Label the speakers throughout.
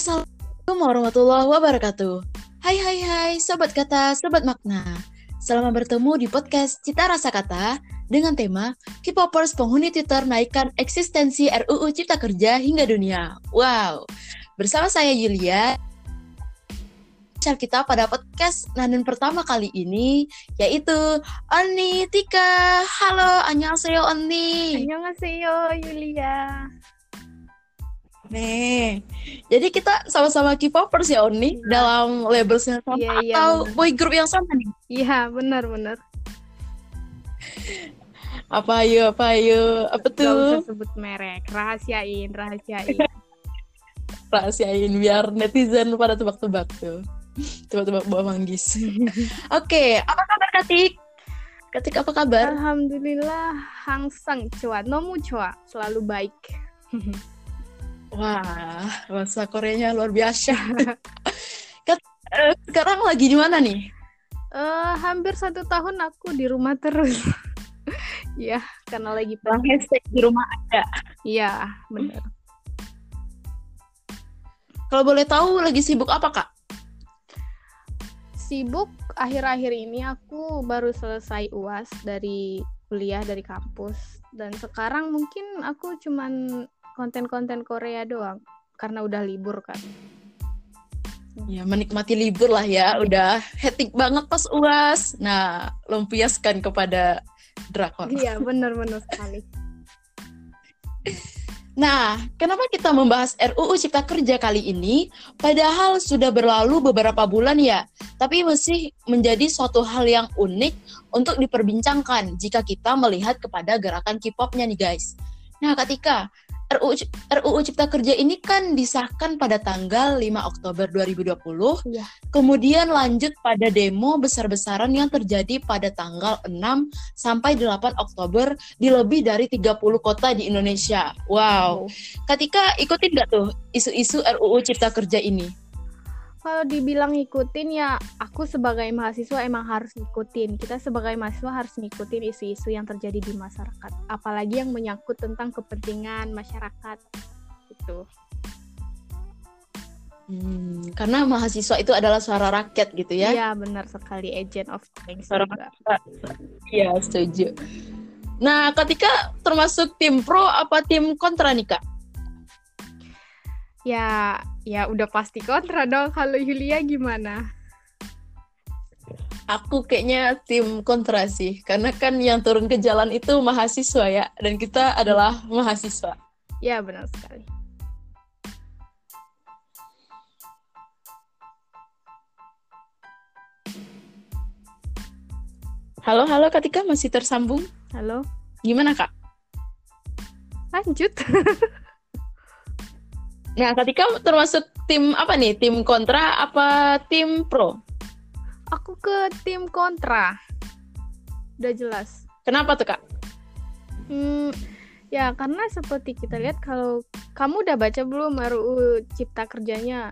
Speaker 1: Assalamualaikum warahmatullahi wabarakatuh. Hai, Sobat Kata, Sobat Makna. Selamat bertemu di podcast Cita Rasa Kata dengan tema K-popers penghuni Twitter naikkan eksistensi RUU Cipta Kerja hingga dunia. Wow, bersama saya Yulia. Kita pada podcast Nanen pertama kali ini yaitu Oni Tika. Halo, annyeonghaseyo Oni.
Speaker 2: Annyeonghaseyo Yulia.
Speaker 1: Nih, jadi kita sama-sama K-popers ya Oni, dalam label yang sama atau boy group yang sama nih?
Speaker 2: Iya, benar.
Speaker 1: Apa tuh?
Speaker 2: Gak usah sebut merek, rahasiain.
Speaker 1: Rahasiain biar netizen pada tebak-tebak tuh. Tebak-tebak buah manggis. Oke, apa kabar Katik? Katik apa kabar?
Speaker 2: Alhamdulillah, hangsang coa, nomu coa, selalu baik.
Speaker 1: Wah, bahasa Koreanya luar biasa. Sekarang lagi di mana nih?
Speaker 2: Hampir 1 tahun aku di rumah terus. Ya, karena lagi
Speaker 1: hashtag di rumah aja.
Speaker 2: Iya, benar.
Speaker 1: Kalau boleh tahu lagi sibuk apa, Kak?
Speaker 2: Sibuk akhir-akhir ini aku baru selesai UAS dari kuliah dari kampus dan sekarang mungkin aku cuman konten-konten Korea doang karena udah libur kan.
Speaker 1: Ya, menikmati libur lah ya. Udah hektik banget pas UAS. Nah, lampiaskan kepada drakor.
Speaker 2: Iya, benar sekali.
Speaker 1: Nah, kenapa kita membahas RUU Cipta Kerja kali ini? Padahal sudah berlalu beberapa bulan ya, tapi masih menjadi suatu hal yang unik untuk diperbincangkan jika kita melihat kepada gerakan K-pop-nya nih guys. Nah, ketika RUU Cipta Kerja ini kan disahkan pada tanggal 5 Oktober 2020,
Speaker 2: ya.
Speaker 1: Kemudian lanjut pada demo besar-besaran yang terjadi pada tanggal 6 sampai 8 Oktober di lebih dari 30 kota di Indonesia. Wow. Ketika ikutin nggak tuh isu-isu RUU Cipta Kerja ini?
Speaker 2: Kalau dibilang ngikutin ya, aku sebagai mahasiswa emang harus ngikutin. Kita sebagai mahasiswa harus ngikutin isu-isu yang terjadi di masyarakat. Apalagi yang menyangkut tentang kepentingan masyarakat. Gitu.
Speaker 1: Karena mahasiswa itu adalah suara rakyat gitu ya?
Speaker 2: Iya, benar sekali. Agent of change
Speaker 1: suara
Speaker 2: juga.
Speaker 1: Iya, setuju. Nah, ketika termasuk tim pro apa tim kontra nih, Kak?
Speaker 2: Ya udah pasti kontra dong. Kalau Yulia gimana?
Speaker 1: Aku kayaknya tim kontra sih, karena kan yang turun ke jalan itu mahasiswa ya, dan kita adalah mahasiswa.
Speaker 2: Ya, benar sekali.
Speaker 1: Halo Kak Tika, masih tersambung?
Speaker 2: Halo?
Speaker 1: Gimana Kak?
Speaker 2: Lanjut.
Speaker 1: Nah, Kak Tika termasuk tim apa nih? Tim kontra apa tim pro?
Speaker 2: Aku ke tim kontra. Udah jelas.
Speaker 1: Kenapa tuh Kak?
Speaker 2: Ya karena seperti kita lihat, kalau kamu udah baca belum RUU Cipta Kerjanya?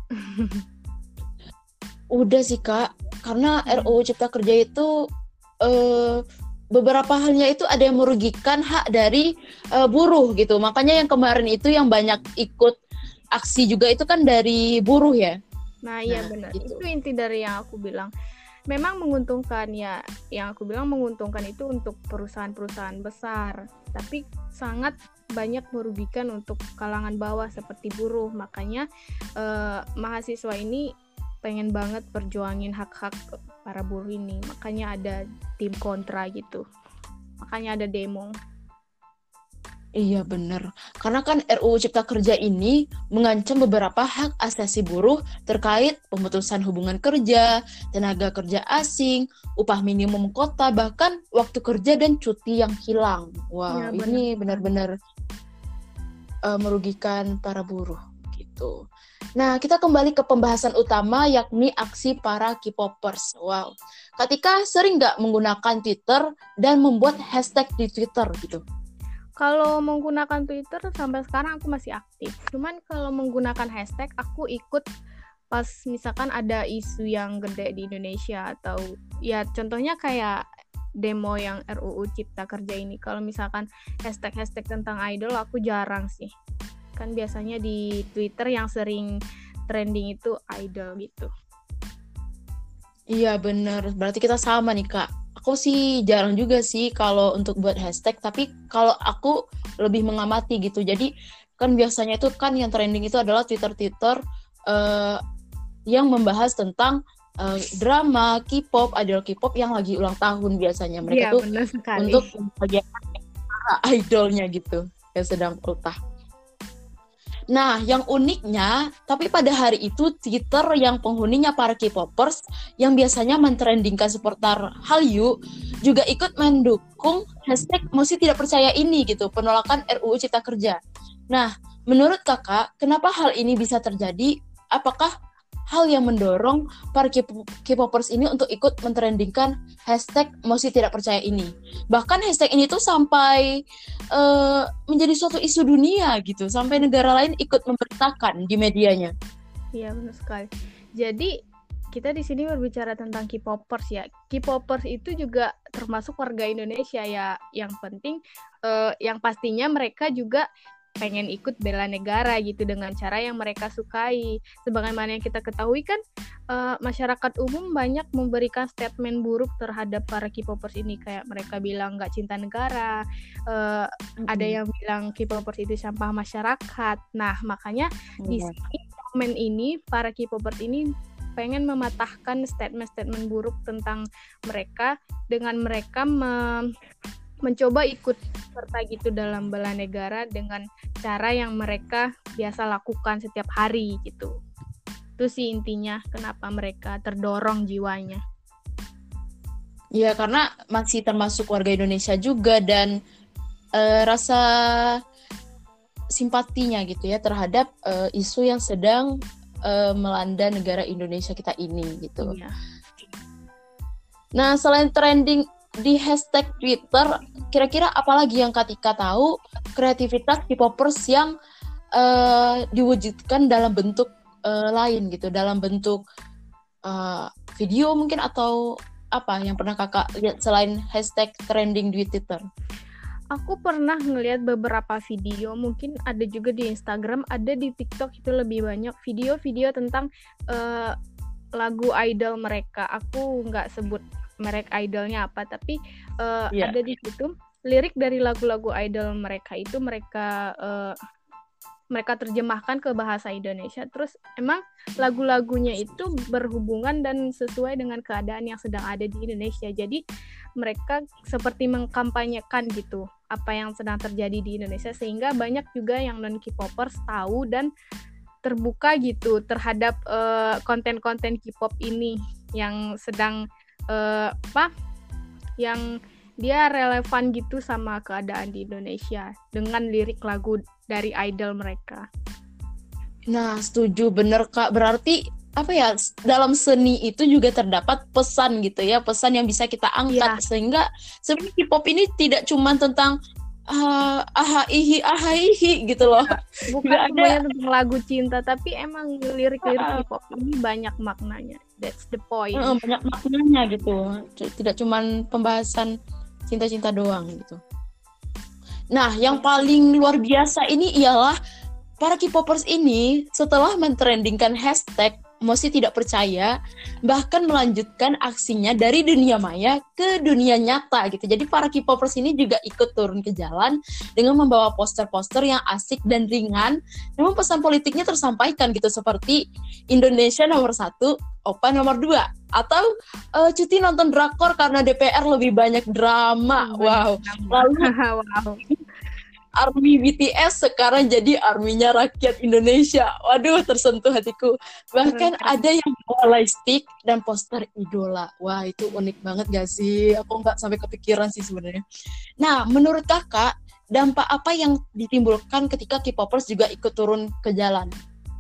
Speaker 1: Udah sih Kak, karena RUU Cipta Kerja itu beberapa halnya itu ada yang merugikan hak dari buruh gitu. Makanya yang kemarin itu yang banyak ikut aksi juga itu kan dari buruh ya.
Speaker 2: Nah iya benar, gitu. Itu inti dari yang aku bilang. Memang menguntungkan ya, yang aku bilang menguntungkan itu untuk perusahaan-perusahaan besar, tapi sangat banyak merugikan untuk kalangan bawah seperti buruh. Makanya mahasiswa ini pengen banget perjuangin hak-hak para buruh ini. Makanya ada tim kontra gitu. Makanya ada demo.
Speaker 1: Iya benar, karena kan RUU Cipta Kerja ini mengancam beberapa hak asasi buruh terkait pemutusan hubungan kerja, tenaga kerja asing, upah minimum kota, bahkan waktu kerja dan cuti yang hilang. Wow, ya, ini benar-benar merugikan para buruh gitu. Nah, kita kembali ke pembahasan utama, yakni aksi para K-popers. Wow, ketika sering nggak menggunakan Twitter dan membuat hashtag di Twitter gitu?
Speaker 2: Kalau menggunakan Twitter sampai sekarang aku masih aktif. Cuman kalau menggunakan hashtag aku ikut pas misalkan ada isu yang gede di Indonesia, atau ya contohnya kayak demo yang RUU Cipta Kerja ini. Kalau misalkan hashtag tentang idol aku jarang sih. Kan biasanya di Twitter yang sering trending itu idol gitu.
Speaker 1: Iya bener, berarti kita sama nih Kak. Aku sih jarang juga sih kalau untuk buat hashtag, tapi kalau aku lebih mengamati gitu. Jadi kan biasanya itu kan yang trending itu adalah Twitter eh, yang membahas tentang drama K-pop, idol K-pop yang lagi ulang tahun biasanya. Mereka tuh
Speaker 2: benar sekali.
Speaker 1: untuk membagikan para idolnya gitu yang sedang ultah. Nah, yang uniknya, tapi pada hari itu Twitter yang penghuninya para K-popers yang biasanya mentrendingkan seputar Hallyu juga ikut mendukung hashtag Mosi tidak percaya ini gitu, penolakan RUU Cipta Kerja. Nah, menurut kakak, kenapa hal ini bisa terjadi? Apakah hal yang mendorong para K-popers ini untuk ikut mentrendingkan hashtag Mosi tidak percaya ini? Bahkan hashtag ini tuh sampai menjadi suatu isu dunia gitu, sampai negara lain ikut memberitakan di medianya.
Speaker 2: Iya benar sekali. Jadi kita di sini berbicara tentang K-popers ya. K-popers itu juga termasuk warga Indonesia ya. Yang penting, yang pastinya mereka juga pengen ikut bela negara gitu dengan cara yang mereka sukai. Sebagaimana yang kita ketahui kan, masyarakat umum banyak memberikan statement buruk terhadap para K-popers ini, kayak mereka bilang nggak cinta negara, ada yang bilang K-popers itu sampah masyarakat. Nah makanya di sini momen ini para K-popers ini pengen mematahkan statement-statement buruk tentang mereka dengan mereka mencoba ikut serta gitu dalam bela negara dengan cara yang mereka biasa lakukan setiap hari gitu. Itu sih intinya kenapa mereka terdorong jiwanya.
Speaker 1: Ya karena masih termasuk warga Indonesia juga dan rasa simpatinya gitu ya terhadap isu yang sedang melanda negara Indonesia kita ini gitu. Iya. Nah selain trending di hashtag Twitter, kira-kira apalagi yang Kak Tika tahu kreativitas K-popers yang diwujudkan dalam bentuk lain gitu, dalam bentuk video mungkin atau apa yang pernah kakak lihat selain hashtag trending di Twitter?
Speaker 2: Aku pernah ngelihat beberapa video, mungkin ada juga di Instagram, ada di TikTok itu lebih banyak video-video tentang lagu idol mereka. Aku nggak sebut merek idolnya apa, tapi ada di situ lirik dari lagu-lagu idol mereka itu mereka terjemahkan ke bahasa Indonesia. Terus emang lagu-lagunya itu berhubungan dan sesuai dengan keadaan yang sedang ada di Indonesia. Jadi mereka seperti mengkampanyekan gitu apa yang sedang terjadi di Indonesia, sehingga banyak juga yang non K-popers tahu dan terbuka gitu terhadap konten-konten K-pop ini yang sedang yang dia relevan gitu sama keadaan di Indonesia dengan lirik lagu dari idol mereka.
Speaker 1: Nah, setuju bener Kak. Berarti apa ya, dalam seni itu juga terdapat pesan gitu ya, pesan yang bisa kita angkat sehingga sebenarnya K-pop ini tidak cuma tentang ahaihi gitu loh.
Speaker 2: Bukan semuanya tentang lagu cinta, tapi emang lirik-lirik K-pop ini banyak maknanya. That's the point.
Speaker 1: Banyak maknanya gitu. Tidak cuma pembahasan cinta-cinta doang gitu. Nah, yang paling luar biasa ini ialah para K-popers ini setelah mentrendingkan hashtag Mosi tidak percaya, bahkan melanjutkan aksinya dari dunia maya ke dunia nyata gitu. Jadi para K-popers ini juga ikut turun ke jalan dengan membawa poster-poster yang asik dan ringan, namun pesan politiknya tersampaikan gitu, seperti Indonesia nomor 1, Opa nomor 2, atau cuti nonton drakor karena DPR lebih banyak drama. Wow. Lalu ARMY BTS sekarang jadi ARMY-nya rakyat Indonesia. Waduh, tersentuh hatiku. Bahkan ada yang bawa lightstick dan poster idola. Wah, itu unik banget gak sih? Aku nggak sampai kepikiran sih sebenarnya. Nah, menurut kakak, dampak apa yang ditimbulkan ketika K-popers juga ikut turun ke jalan?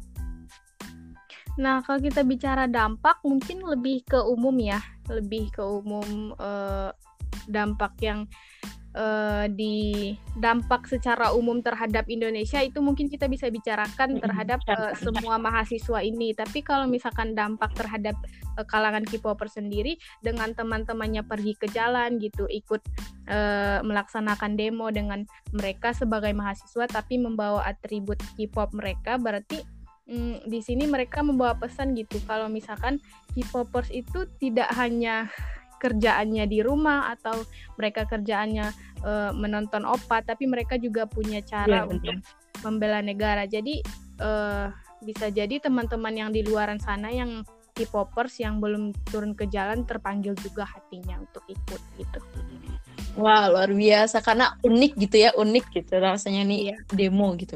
Speaker 2: Nah, kalau kita bicara dampak, mungkin lebih ke umum ya. Lebih ke umum dampak yang di dampak secara umum terhadap Indonesia itu mungkin kita bisa bicarakan terhadap semua mahasiswa ini. Tapi kalau misalkan dampak terhadap kalangan K-popers sendiri, dengan teman-temannya pergi ke jalan gitu, ikut melaksanakan demo dengan mereka sebagai mahasiswa tapi membawa atribut K-pop mereka, berarti di sini mereka membawa pesan gitu kalau misalkan K-popers itu tidak hanya kerjaannya di rumah atau mereka kerjaannya menonton oppa, tapi mereka juga punya cara untuk membela negara. Jadi bisa jadi teman-teman yang di luaran sana yang K-popers yang belum turun ke jalan terpanggil juga hatinya untuk ikut gitu.
Speaker 1: Wah, luar biasa, karena unik gitu ya, unik gitu rasanya nih demo gitu.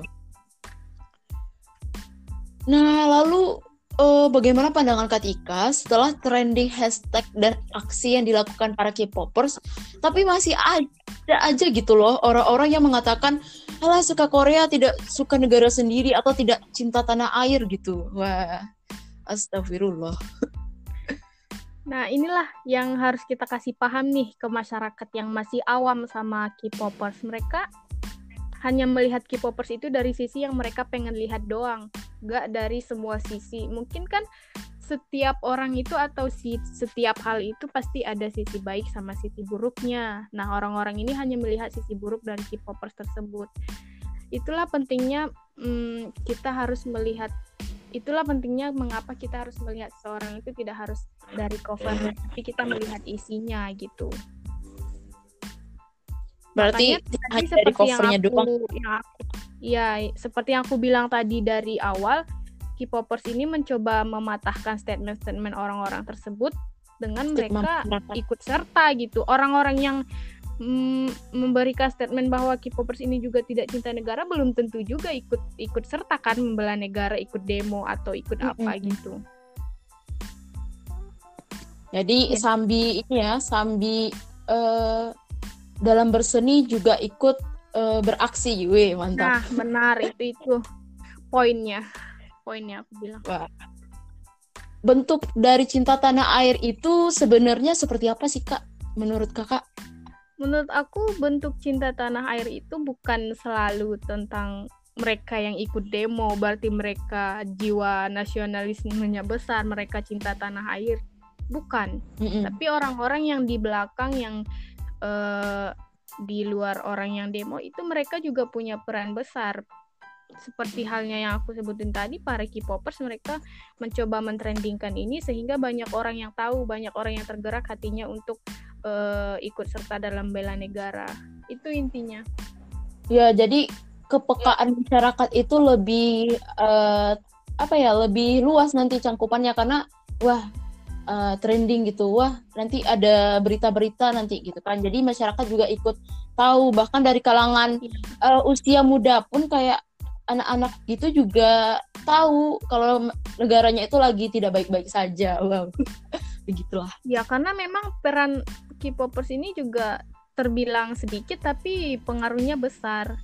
Speaker 1: Nah, lalu bagaimana pandangan Kak Tika setelah trending hashtag dan aksi yang dilakukan para K-popers, tapi masih ada aja gitu loh orang-orang yang mengatakan, alah suka Korea tidak suka negara sendiri atau tidak cinta tanah air gitu. Wah, astagfirullah.
Speaker 2: Nah, inilah yang harus kita kasih paham nih ke masyarakat yang masih awam sama K-popers. Mereka hanya melihat K-popers itu dari sisi yang mereka pengen lihat doang, gak dari semua sisi. Mungkin kan setiap orang itu atau setiap hal itu pasti ada sisi baik sama sisi buruknya. Nah, orang-orang ini hanya melihat sisi buruk dari K-popers tersebut. Itulah pentingnya kita harus melihat, itulah pentingnya mengapa kita harus melihat seorang itu tidak harus dari covernya, tapi kita melihat isinya gitu.
Speaker 1: Berarti hanya dari covernya doang.
Speaker 2: Seperti yang aku bilang tadi dari awal, K-popers ini mencoba mematahkan statement-statement orang-orang tersebut dengan mereka ikut serta gitu. Orang-orang yang memberikan statement bahwa K-popers ini juga tidak cinta negara belum tentu juga ikut serta kan membela negara, ikut demo atau ikut apa gitu.
Speaker 1: Jadi sambil dalam berseni juga ikut beraksi, mantap.
Speaker 2: Nah, benar, itu poinnya aku bilang.
Speaker 1: Wah. Bentuk dari cinta tanah air itu sebenarnya seperti apa sih Kak, menurut Kakak?
Speaker 2: Menurut aku bentuk cinta tanah air itu bukan selalu tentang mereka yang ikut demo, berarti mereka jiwa nasionalismenya besar, mereka cinta tanah air. Bukan. Tapi orang-orang yang di belakang yang di luar orang yang demo itu mereka juga punya peran besar. Seperti halnya yang aku sebutin tadi, para K-popers mereka mencoba mentrendingkan ini sehingga banyak orang yang tahu, banyak orang yang tergerak hatinya untuk ikut serta dalam bela negara. Itu intinya.
Speaker 1: Ya, jadi kepekaan masyarakat itu lebih lebih luas nanti cangkupannya karena trending gitu, nanti ada berita-berita nanti gitu kan, jadi masyarakat juga ikut tahu, bahkan dari kalangan usia muda pun kayak anak-anak gitu juga tahu kalau negaranya itu lagi tidak baik-baik saja. Wow. Begitulah
Speaker 2: ya, karena memang peran K-popers ini juga terbilang sedikit tapi pengaruhnya besar.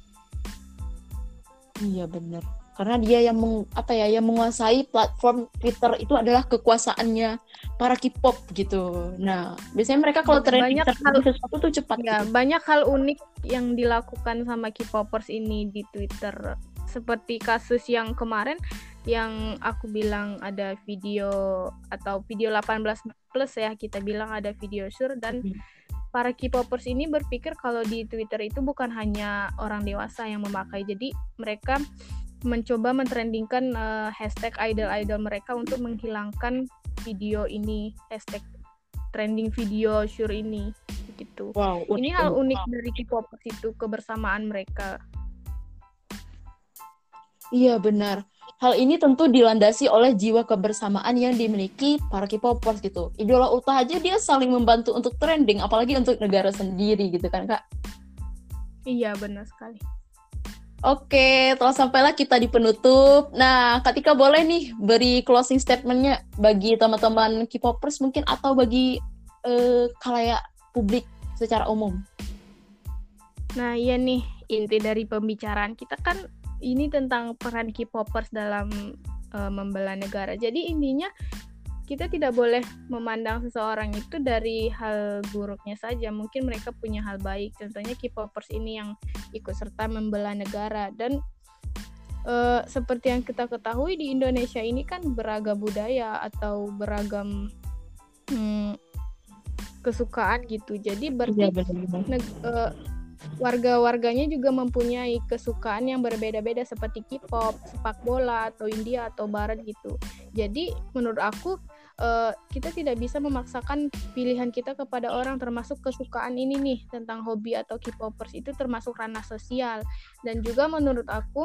Speaker 1: Iya benar, karena dia yang yang menguasai platform Twitter itu adalah kekuasaannya para K-pop gitu. Nah, biasanya mereka kalau trending sesuatu tuh cepat.
Speaker 2: Ya, gitu. Banyak hal unik yang dilakukan sama K-popers ini di Twitter. Seperti kasus yang kemarin yang aku bilang ada video atau video 18 plus ya, kita bilang ada video sur, dan para K-popers ini berpikir kalau di Twitter itu bukan hanya orang dewasa yang memakai. Jadi mereka mencoba mentrendingkan hashtag idol-idol mereka untuk menghilangkan video ini, hashtag trending video sure ini gitu.
Speaker 1: Wow,
Speaker 2: ini hal unik dari K-popers itu, kebersamaan mereka.
Speaker 1: Iya benar. Hal ini tentu dilandasi oleh jiwa kebersamaan yang dimiliki para K-popers gitu. Idola ulta aja dia saling membantu untuk trending, apalagi untuk negara sendiri gitu kan Kak?
Speaker 2: Iya benar sekali.
Speaker 1: Oke, telah sampailah kita di penutup. Nah, Kak Tika boleh nih beri closing statement-nya bagi teman-teman K-popers mungkin, atau bagi khalayak publik secara umum.
Speaker 2: Nah, iya nih, inti dari pembicaraan kita kan ini tentang peran K-popers dalam membela negara. Jadi intinya kita tidak boleh memandang seseorang itu dari hal buruknya saja. Mungkin mereka punya hal baik. Contohnya K-popers ini yang ikut serta membela negara. Dan seperti yang kita ketahui di Indonesia ini kan beragam budaya atau beragam kesukaan gitu. Jadi berarti warga-warganya juga mempunyai kesukaan yang berbeda-beda seperti K-pop, sepak bola, atau India atau Barat gitu. Jadi menurut aku kita tidak bisa memaksakan pilihan kita kepada orang, termasuk kesukaan ini nih tentang hobi atau K-popers itu termasuk ranah sosial. Dan juga menurut aku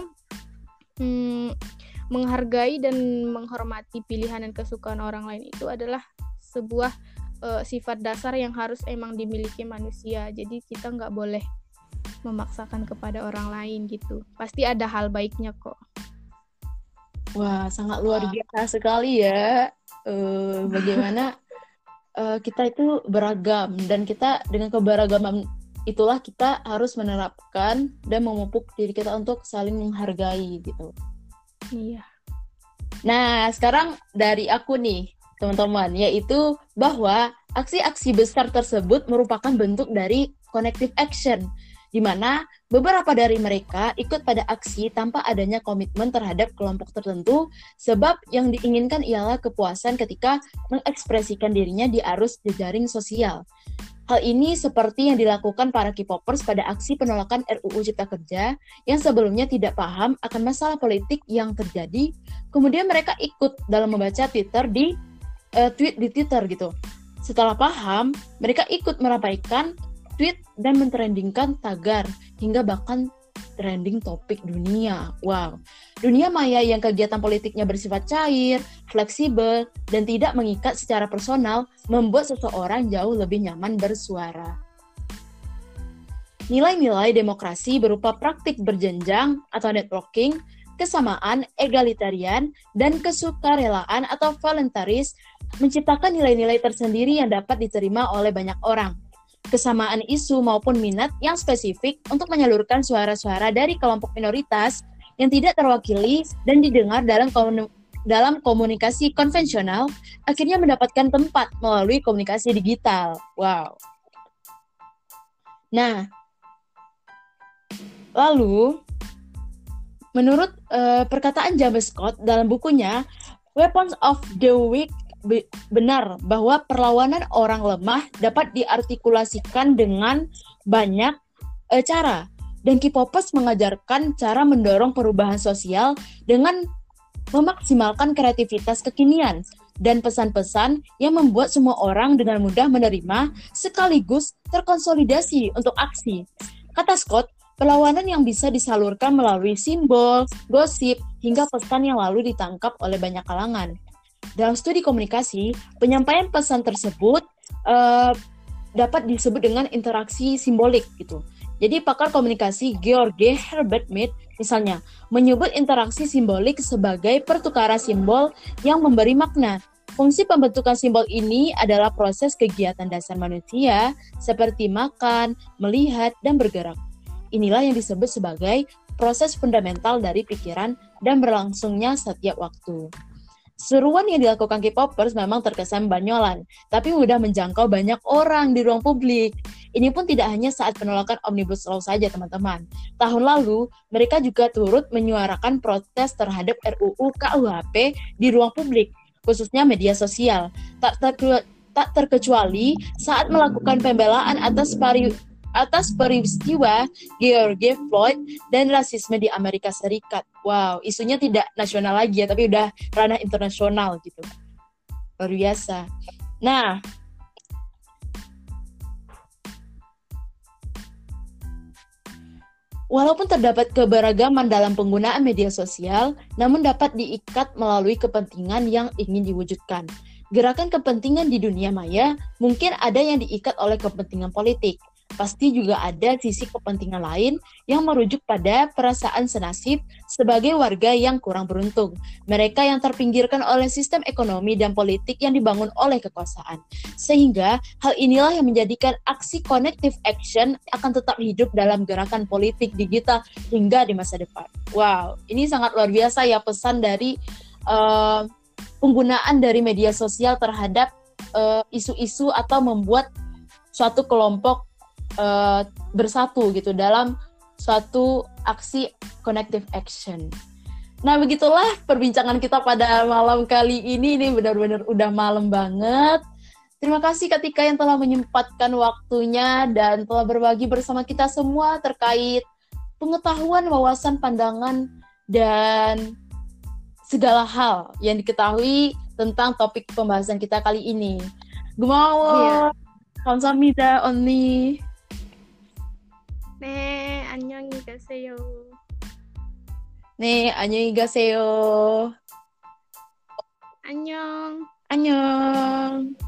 Speaker 2: menghargai dan menghormati pilihan dan kesukaan orang lain itu adalah sebuah sifat dasar yang harus emang dimiliki manusia. Jadi kita nggak boleh memaksakan kepada orang lain gitu. Pasti ada hal baiknya kok.
Speaker 1: Wah, sangat luar biasa sekali ya. Bagaimana kita itu beragam, dan kita dengan keberagaman itulah kita harus menerapkan dan memupuk diri kita untuk saling menghargai gitu.
Speaker 2: Iya.
Speaker 1: Nah, sekarang dari aku nih, teman-teman, yaitu bahwa aksi-aksi besar tersebut merupakan bentuk dari connective action, di mana beberapa dari mereka ikut pada aksi tanpa adanya komitmen terhadap kelompok tertentu, sebab yang diinginkan ialah kepuasan ketika mengekspresikan dirinya di arus jejaring sosial. Hal ini seperti yang dilakukan para K-popers pada aksi penolakan RUU Cipta Kerja yang sebelumnya tidak paham akan masalah politik yang terjadi, kemudian mereka ikut dalam membaca tweet di Twitter gitu. Setelah paham, mereka ikut meramaikan tweet dan mentrendingkan tagar hingga bahkan trending topik dunia. Wow. Dunia maya yang kegiatan politiknya bersifat cair, fleksibel, dan tidak mengikat secara personal membuat seseorang jauh lebih nyaman bersuara. Nilai-nilai demokrasi berupa praktik berjenjang atau networking, kesamaan, egalitarian, dan kesukarelaan atau voluntaris menciptakan nilai-nilai tersendiri yang dapat diterima oleh banyak orang. Kesamaan isu maupun minat yang spesifik untuk menyalurkan suara-suara dari kelompok minoritas yang tidak terwakili dan didengar dalam komunikasi konvensional akhirnya mendapatkan tempat melalui komunikasi digital. Wow. Nah, lalu menurut perkataan James Scott dalam bukunya Weapons of the Weak, benar bahwa perlawanan orang lemah dapat diartikulasikan dengan banyak cara, dan K-popers mengajarkan cara mendorong perubahan sosial dengan memaksimalkan kreativitas kekinian dan pesan-pesan yang membuat semua orang dengan mudah menerima sekaligus terkonsolidasi untuk aksi. Kata Scott, perlawanan yang bisa disalurkan melalui simbol, gosip, hingga pesan yang lalu ditangkap oleh banyak kalangan. Dalam studi komunikasi, penyampaian pesan tersebut dapat disebut dengan interaksi simbolik gitu. Jadi pakar komunikasi George Herbert Mead misalnya menyebut interaksi simbolik sebagai pertukaran simbol yang memberi makna. Fungsi pembentukan simbol ini adalah proses kegiatan dasar manusia seperti makan, melihat, dan bergerak. Inilah yang disebut sebagai proses fundamental dari pikiran dan berlangsungnya setiap waktu. Seruan yang dilakukan K-popers memang terkesan banyolan, tapi mudah menjangkau banyak orang di ruang publik. Ini pun tidak hanya saat penolakan Omnibus Law saja, teman-teman. Tahun lalu, mereka juga turut menyuarakan protes terhadap RUU KUHP di ruang publik, khususnya media sosial. Tak terkecuali saat melakukan pembelaan atas peristiwa George Floyd dan rasisme di Amerika Serikat. Wow, isunya tidak nasional lagi ya, tapi udah ranah internasional gitu. Luar biasa. Nah, walaupun terdapat keberagaman dalam penggunaan media sosial, namun dapat diikat melalui kepentingan yang ingin diwujudkan. Gerakan kepentingan di dunia maya mungkin ada yang diikat oleh kepentingan politik. Pasti juga ada sisi kepentingan lain yang merujuk pada perasaan senasib sebagai warga yang kurang beruntung. Mereka yang terpinggirkan oleh sistem ekonomi dan politik yang dibangun oleh kekuasaan. Sehingga hal inilah yang menjadikan aksi connective action akan tetap hidup dalam gerakan politik digital hingga di masa depan. Wow, ini sangat luar biasa ya pesan dari penggunaan dari media sosial terhadap isu-isu atau membuat suatu kelompok bersatu gitu dalam suatu aksi connective action. Nah, begitulah perbincangan kita pada malam kali ini. Ini benar-benar udah malam banget. Terima kasih Kak Tika yang telah menyempatkan waktunya dan telah berbagi bersama kita semua terkait pengetahuan, wawasan, pandangan, dan segala hal yang diketahui tentang topik pembahasan kita kali ini. Gumawa, 감사합니다, 언니.
Speaker 2: 네, 안녕히 가세요.
Speaker 1: 네, 안녕히 가세요.
Speaker 2: 안녕.
Speaker 1: 안녕.